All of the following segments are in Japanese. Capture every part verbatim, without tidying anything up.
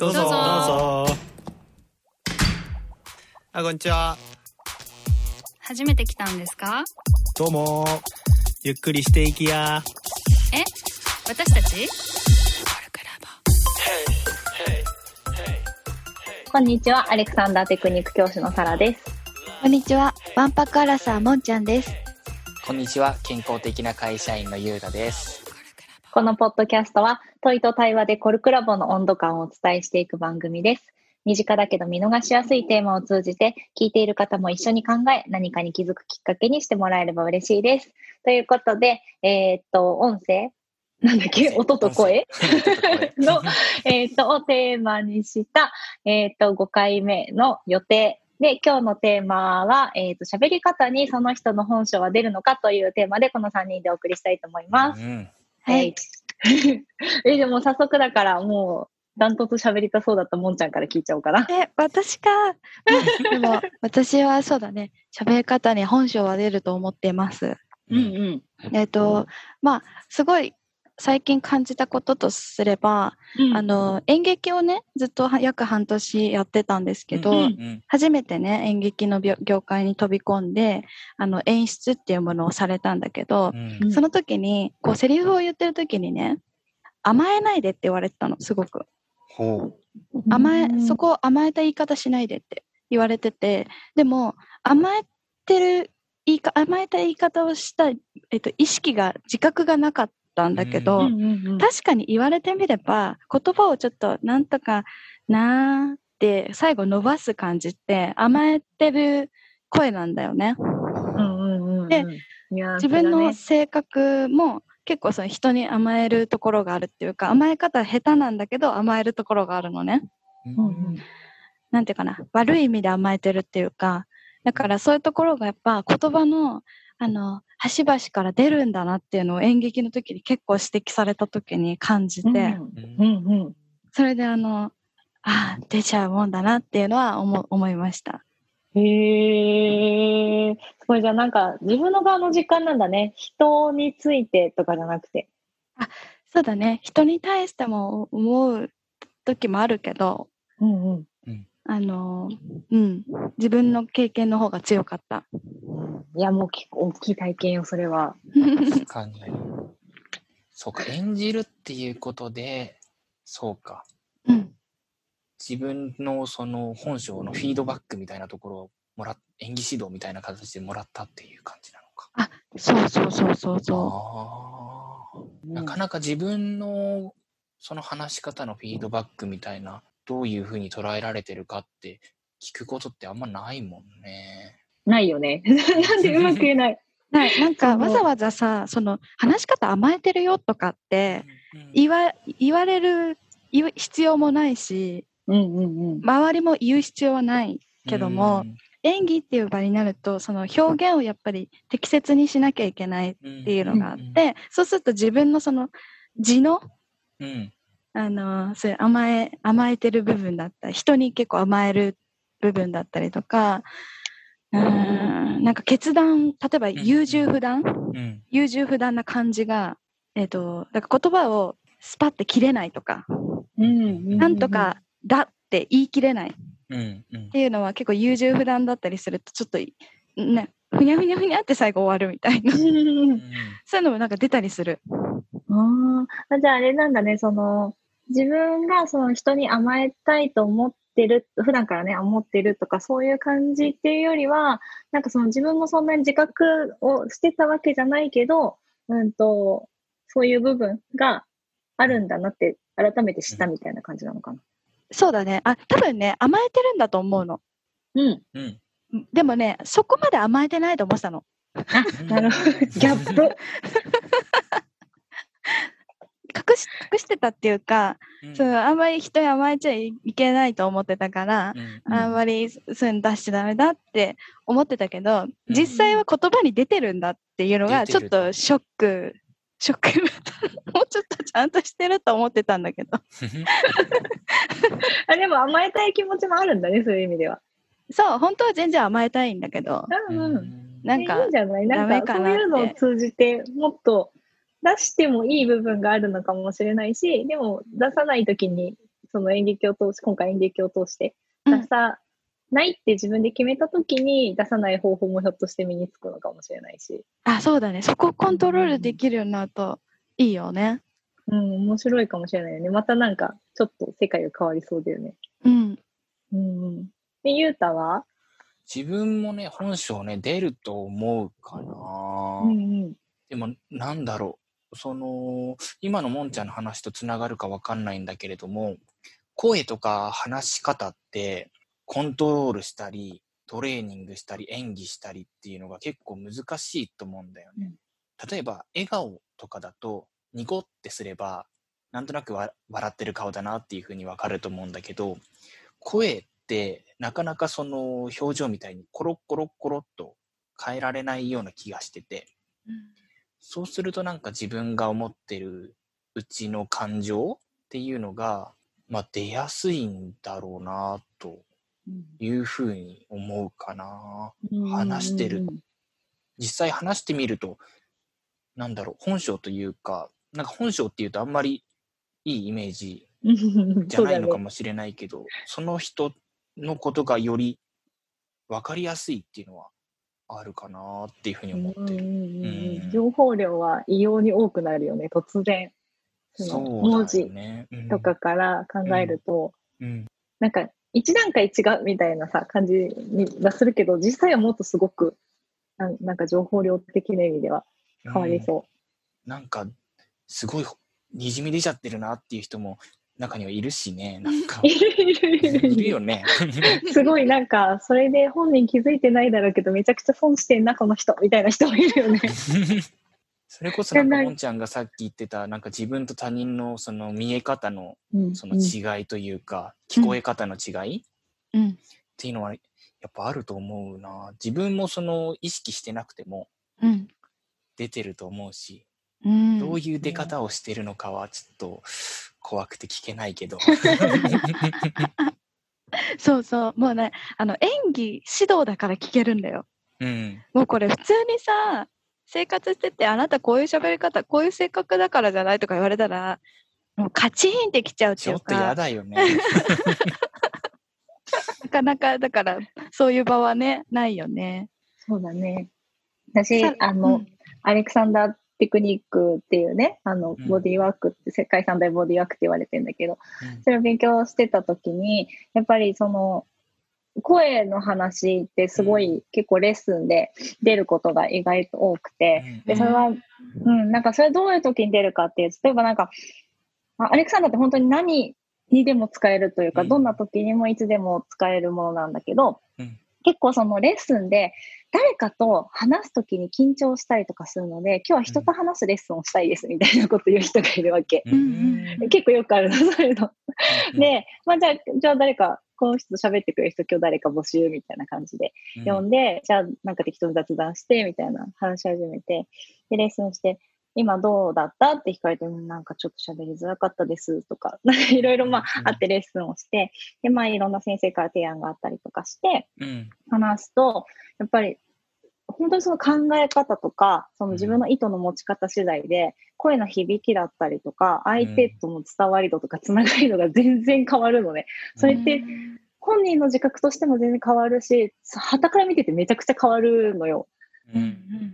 どうぞどうぞ。 どうぞ。あ、こんにちは。 初めて来たんですか？ どうも。ゆっくりしていきや。 え、私たち？ こんにちは、アレクサンダーテクニック教師のサラです。 こんにちは、わんぱくアラサーもんちゃんです。 こんにちは、健康的な会社員のゆうたです。 このポッドキャストは問いと対話でコルクラボの温度感をお伝えしていく番組です。身近だけど見逃しやすいテーマを通じて聞いている方も一緒に考え、何かに気づくきっかけにしてもらえれば嬉しいです。ということで、えー、っと音声なんだっけ音と声の、えー、っとをテーマにした、えー、っとごかいめの予定で、今日のテーマは、えー、と喋り方にその人の本性は出るのかというテーマでこのさんにんでお送りしたいと思います。うん、はい。え、でも早速だからもうダントツ喋りたそうだったもんちゃんから聞いちゃおうかな。 え、私か。でも私はそうだね。喋り方に本性は出ると思っています。 うんうん。 えっと、まあ、すごい最近感じたこととすれば、うん、あの演劇をねずっと約半年やってたんですけど、うんうん、初めてね演劇の業界に飛び込んであの演出っていうものをされたんだけど、うん、その時にこうセリフを言ってる時にね甘えないでって言われてたのすごく。 ほう甘えそこを甘えた言い方しないでって言われてて、でも甘えてる言いか甘えた言い方をした、えっと、意識が自覚がなかったたんだけど、うんうんうん、確かに言われてみれば言葉をちょっとなんとかなーって最後伸ばす感じって甘えてる声なんだよね。 うんうんうん、 で、自分の性格も結構その人に甘えるところがあるっていうか、甘え方下手なんだけど甘えるところがあるのね、うんうん、なんていうかな、悪い意味で甘えてるっていうか、だからそういうところがやっぱ言葉のあの端々から出るんだなっていうのを演劇の時に結構指摘された時に感じて、うんうんうん、それであのあ出ちゃうもんだなっていうのは 思, 思いました。 へえ、すごい。じゃあなんか自分の側の実感なんだね。人についてとかじゃなくて。 あ、そうだね。人に対しても思う時もあるけど、うんうんあのうん、自分の経験の方が強かった。 いや、もう結構大きい体験よ、それは。 確かに。そうか、演じるっていうことで、そうか。うん、自分のその本性のフィードバックみたいなところをもらっ、演技指導みたいな形でもらったっていう感じなのか。 あ、そうそうそうそうそう。 あ、うん、なかなか自分のその話し方のフィードバックみたいな、どういうふうに捉えられてるかって聞くことってあんまないもんね。 ないよね。なんでうまく言えない。 ない。なんかわざわざさ、その話し方甘えてるよとかって言わ、言われる必要もないし、うんうんうん、周りも言う必要はないけども、うん、演技っていう場になるとその表現をやっぱり適切にしなきゃいけないっていうのがあって、うんうんうん、そうすると自分のその字の、うんあのそういう甘え甘えてる部分だったり、人に結構甘える部分だったりとか、うーんなんか決断、例えば優柔不断、うん、優柔不断な感じが、えっとだから言葉をスパッて切れないとか、うん、なんとかだって言い切れない、うんうん、っていうのは結構優柔不断だったりするとちょっとねふにゃふにゃふにゃって最後終わるみたいな、うん、そういうのもなんか出たりする。 あじゃああれなんだね、その自分がその人に甘えたいと思ってる、普段からね思ってるとかそういう感じっていうよりは、なんかその自分もそんなに自覚をしてたわけじゃないけど、うんとそういう部分があるんだなって改めて知ったみたいな感じなのかな。 そうだね。あ、多分ね甘えてるんだと思うの。うん。うん、でもねそこまで甘えてないと思ってたの。 あ、なるほど。ギャップ。 隠し、隠してたっていうか、うん、そうあんまり人に甘えちゃいけないと思ってたから、うん、あんまりそういうの出しちゃダメだって思ってたけど、うん、実際は言葉に出てるんだっていうのがちょっとショック、ショックもうちょっとちゃんとしてると思ってたんだけどあでも甘えたい気持ちもあるんだね、そういう意味では。 そう、本当は全然甘えたいんだけど、うんうん、なんかいいんじゃない、なんかそういうのを通じてもっと出してもいい部分があるのかもしれないし、でも出さないときにその演劇を通し、今回演劇を通して出さないって自分で決めたときに出さない方法もひょっとして身につくのかもしれないし。 あ、そうだね。そこをコントロールできるようになるといいよね。 うん、面白いかもしれないよね。またなんかちょっと世界が変わりそうだよね。 うん。 うん。で、ゆうたは？ 自分もね、本性ね、出ると思うかな。 うんうん。 でも、なんだろう。その、今のもんちゃんの話とつながるかわかんないんだけれども、声とか話し方ってコントロールしたり、トレーニングしたり、演技したりっていうのが結構難しいと思うんだよね。うん、例えば、笑顔とかだと、ニコってすれば、なんとなくわ笑ってる顔だなっていう風にわかると思うんだけど、声ってなかなかその表情みたいにコロッコロッコロッと変えられないような気がしてて、うん、そうするとなんか自分が思ってるうちの感情っていうのが、まあ、出やすいんだろうなというふうに思うかな、うん、話してる、実際話してみるとなんだろう、本性というか、なんか本性っていうとあんまりいいイメージじゃないのかもしれないけど、そ, ね、その人のことがより分かりやすいっていうのはあるかなっていうふうに思ってる。うんうん、 情報量は異様に多くなるよね、突然。その文字とかから考えると、うんうん、なんか一段階違うみたいなさ感じがするけど、実際はもっとすごくななんか情報量的な意味では変わりそう。 うん、なんかすごいにじみ出ちゃってるなっていう人も中にはいるしね、なんかいるよね。 すごいなんかそれで本人気づいてないだろうけどめちゃくちゃ損してんなこの人みたいな人もいるよね。 それこそなんかもんちゃんがさっき言ってたなんか自分と他人のその見え方のその違いというか、うん、聞こえ方の違い、うん、っていうのはやっぱあると思うな。自分もその意識してなくても出てると思うし、うん、どういう出方をしてるのかはちょっと怖くて聞けないけど。 そうそうもうねあの演技指導だから聞けるんだよ。うん、もうこれ普通にさ生活しててあなたこういう喋り方こういう性格だからじゃないとか言われたらもうカチンってきちゃうっていうか。 ちょっとやだよね。 なかなかだからそういう場はねないよね。 そうだね。私あの、うん、アレクサンダーテクニックっていうねあのボディーワークって世界三大ボディーワークって言われてるんだけど、うん、それを勉強してた時にやっぱりその声の話ってすごい、うん、結構レッスンで出ることが意外と多くて、うん、でそれは、うん、なんかそれどういう時に出るかっていう例えばなんかアレクサンダーって本当に何にでも使えるというか、うん、どんな時にもいつでも使えるものなんだけど、うん、結構そのレッスンで誰かと話す時に緊張したりとかするので今日は人と話すレッスンをしたいですみたいなこと言う人がいるわけ、うん、結構よくあるのそういうので、まあ、じゃあじゃあ誰かこの人と喋ってくれる人今日誰か募集みたいな感じで呼んで、うん、じゃあなんか適当に雑談してみたいな話し始めてでレッスンして今どうだったって聞かれてなんかちょっと喋りづらかったですとかいろいろまああってレッスンをしてでまあいろんな先生から提案があったりとかして話すとやっぱり本当にその考え方とかその自分の意図の持ち方次第で声の響きだったりとか相手との伝わり度とかつながり度が全然変わるのね。それって本人の自覚としても全然変わるし傍から見ててめちゃくちゃ変わるのよ。うん、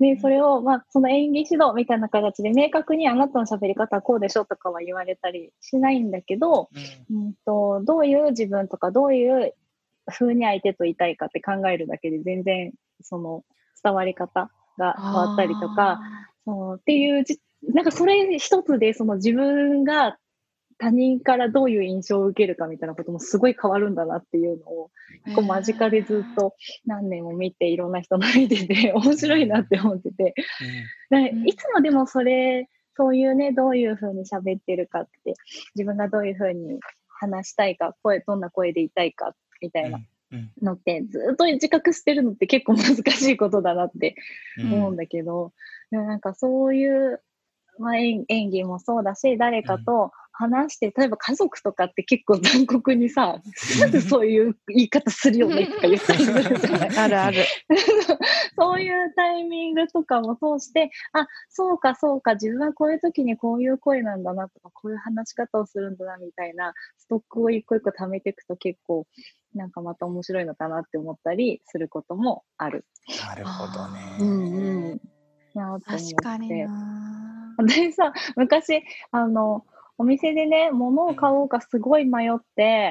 でそれを、まあ、その演技指導みたいな形で明確にあなたの喋り方はこうでしょとかは言われたりしないんだけど、うんうん、とどういう自分とかどういう風に相手といたいかって考えるだけで全然その伝わり方が変わったりとかそうっていうなんかそれ一つでその自分が他人からどういう印象を受けるかみたいなこともすごい変わるんだなっていうのを結構間近でずっと何年も見ていろんな人の見てて面白いなって思ってて、だからいつもでもそれそういうねどういう風に喋ってるかって自分がどういう風に話したいか声どんな声でいたいかみたいなのってずっと自覚してるのって結構難しいことだなって思うんだけど、でもなんかそういうまあ、演技もそうだし誰かと話して、例えば家族とかって結構残酷にさ、すぐそういう言い方するよねとか言ったりするじゃない。 あるある。 そういうタイミングとかも通して、あ、そうかそうか、自分はこういう時にこういう声なんだなとか、こういう話し方をするんだなみたいなストックを一個一個貯めていくと結構、なんかまた面白いのかなって思ったりすることもある。 なるほどね。 うんうん。なと思って。 確かにな。 でさ、昔、あの、お店でね、物を買おうかすごい迷って、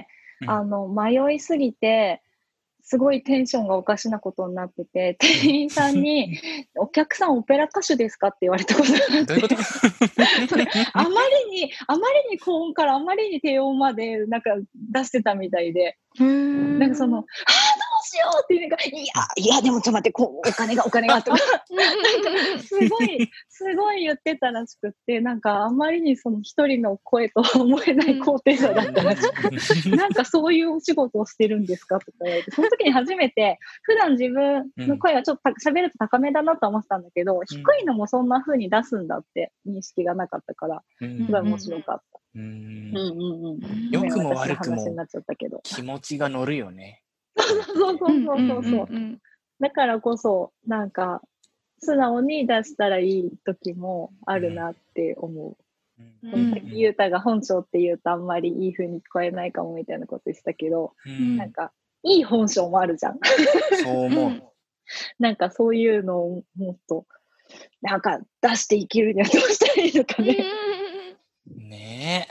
うん、あの、迷いすぎて、すごいテンションがおかしなことになってて、店員さんに、お客さんオペラ歌手ですかって言われたことがあって。 どういうことそれあまりに、あまりに高音からあまりに低音まで、なんか出してたみたいで。なんかその、ああ、どうしようっていうか、いや、いや、でもちょっと待って、こう、お金が、お金が、とか、なんか、すごい、すごい言ってたらしくって、なんか、あんまりにその一人の声とは思えない高低差だったらしく、なんかそういうお仕事をしてるんですかとか言われて、その時に初めて、普段自分の声はちょっと喋ると高めだなと思ってたんだけど、うん、低いのもそんな風に出すんだって認識がなかったから、すごい面白かった。うんうんうん。 良くも悪くも気持ちが乗るよね。 そうそうそうそうそう。だからこそ、なんか、素直に出したらいい時もあるなって思う。うん、さっきゆうたが本性って言うとあんまりいい風に聞こえないかもみたいなこと言ってたけど、うん、なんか、いい本性もあるじゃん。 そう思う。 なんかそういうのをもっと、なんか出していけるにはどうしたらいいのかね。 ね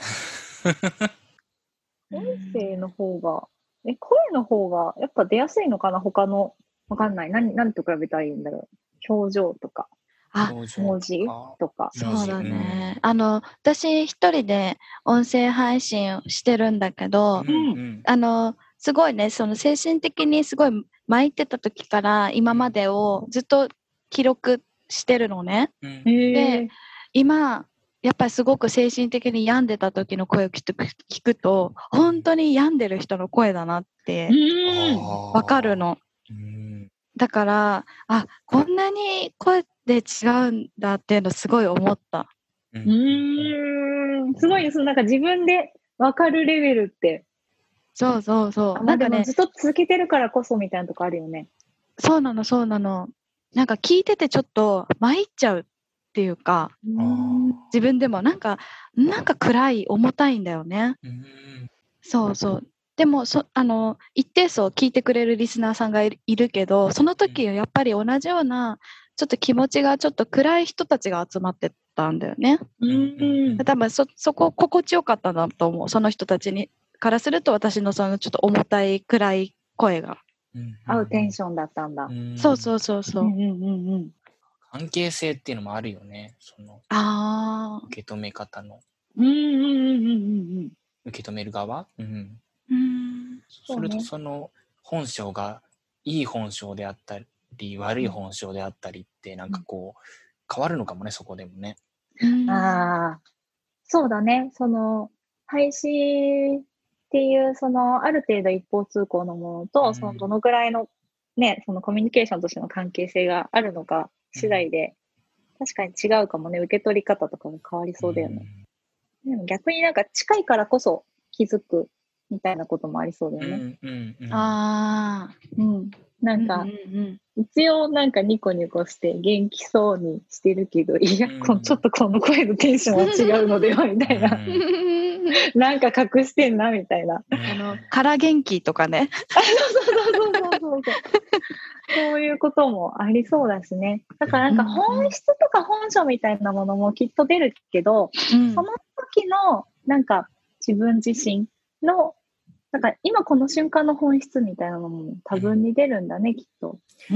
え。音声の方が、え、声の方がやっぱ出やすいのかな他の、わかんない。何、何と比べたらいいんだろう。表情とか。 あ、 文字とか。 そうだね。うん、あの、私一人で音声配信してるんだけど、うんうん、あの、すごいね、その精神的にすごい参ってた時から今までをずっと記録してるのね。うん、で、今、やっぱりすごく精神的に病んでた時の声を聞くと、本当に病んでる人の声だなってわかるの。だから、あ、こんなに声で違うんだっていうのすごい思った。 うーん、すごいです。なんか自分でわかるレベルって。 そうそうそう。 なんかね、ずっと続けてるからこそみたいなとこあるよね。 そうなの、そうなの。なんか聞いててちょっと参っちゃうっていうか、うん自分でもなんか、なんか暗い、重たいんだよね。うんそうそう。でもそあの一定数聞いてくれるリスナーさんがい る, いるけどその時はやっぱり同じようなちょっと気持ちがちょっと暗い人たちが集まってたんだよね。うん多分 そ, そこ心地よかったなと思う。その人たちにからすると私のそのちょっと重たい暗い声が、 うん、合うテンションだったんだ。 うん、そうそうそうそう。うんうんうんうん関係性っていうのもあるよね。そのあ受け止め方の。 うんうんうんうんうん受け止める側。うんうんそれとその本性がいい本性であったり悪い本性であったりってなんかこう変わるのかもねそこでもね。 ああそうだねその配信っていうそのある程度一方通行のものと、うん、そのどのぐらいのねそのコミュニケーションとしての関係性があるのか次第で、うん、確かに違うかもね受け取り方とかも変わりそうだよね。うん、でも逆になんか近いからこそ気づくみたいなこともありそうだよね。 うんうんうん、ああ、 うん。なんか、うんうんうん、一応なんかニコニコして元気そうにしてるけど、いや、うん、ちょっとこの声のテンションは違うのではみたいな。なんか隠してんなみたいな。 あの、から元気とかね。 そうそうそうそうそう。そういうこともありそうだしね。だからなんか本質とか本性みたいなものもきっと出るけど、うん、その時のなんか自分自身のなんか今この瞬間の本質みたいなのも多分に出るんだね、うん、きっと。 うん。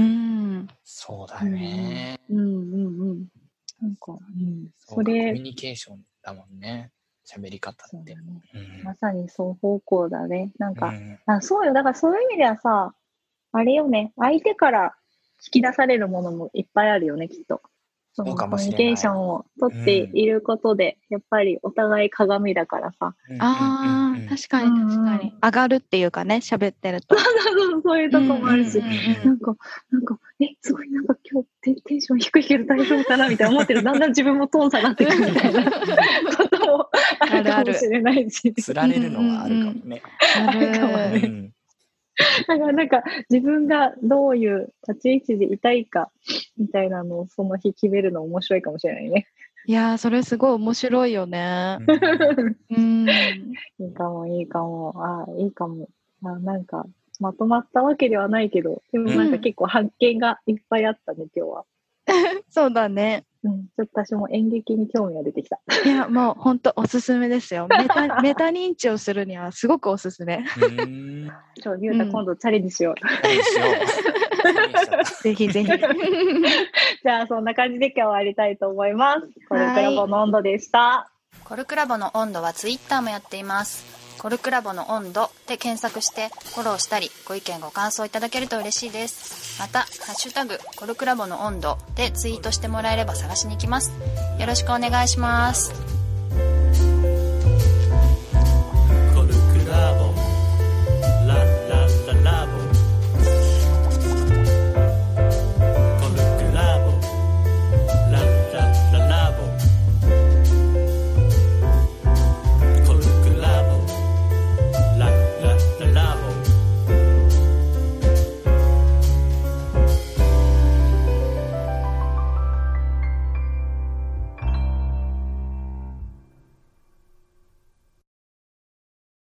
そうだね。 うんうんうん。なんか、うん、 それコミュニケーションだもんね。喋り方って。 ねうん、まさに双方向だね。なんか、うん、あ、そうよ。だからそういう意味ではさ、あれよね。相手から引き出されるものもいっぱいあるよね、きっと。 そのコミュニケーションを取っていることで、うん、やっぱりお互い鏡だからさ。 うん、ああ、確かに確かに、うん。上がるっていうかね、喋ってると。 そういうとこもあるし、うんうんうんうん、なんか、なんか、え、すごいなんか今日テ、テンション低いけど大丈夫かなみたいな思ってる。だんだん自分もトーン下がってくるみたいなこともあるかもしれないし。 つられるのはあるかもね。 あるかもね。うんだからなんか自分がどういう立ち位置でいたいかみたいなのをその日決めるの面白いかもしれないね。 いやーそれすごい面白いよね。 うん、いいかもいいかもあいいかもあなんかまとまったわけではないけどでもなんか結構発見がいっぱいあったね今日は。 そうだね。 うん、ちょっと私も演劇に興味が出てきた。 いやもう本当おすすめですよ。メタメタ認知をするにはすごくおすすめ。 ちょ、ゆうた今度チャレンジしよう。チャレンジしよう。ぜひぜひ。 じゃあそんな感じで今日は終わりたいと思います。コルクラボの温度でした。 コルクラボの温度はツイッターもやっています。コルクラボの温度で検索してフォローしたりご意見ご感想いただけると嬉しいです。またハッシュタグコルクラボの温度でツイートしてもらえれば探しに行きます。よろしくお願いします。